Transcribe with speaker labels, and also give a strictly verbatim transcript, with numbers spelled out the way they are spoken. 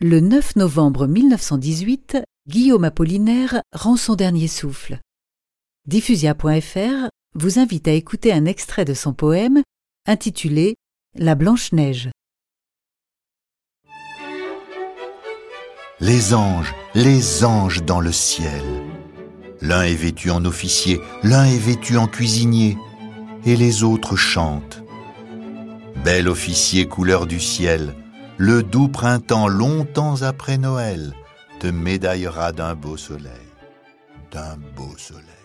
Speaker 1: Le neuf novembre mille neuf cent dix-huit, Guillaume Apollinaire rend son dernier souffle. Diffusia point F R vous invite à écouter un extrait de son poème intitulé « La Blanche-Neige ».
Speaker 2: Les anges, les anges dans le ciel. L'un est vêtu en officier, l'un est vêtu en cuisinier, et les autres chantent. Bel officier couleur du ciel, le doux printemps longtemps après Noël te médaillera d'un beau soleil, d'un beau soleil.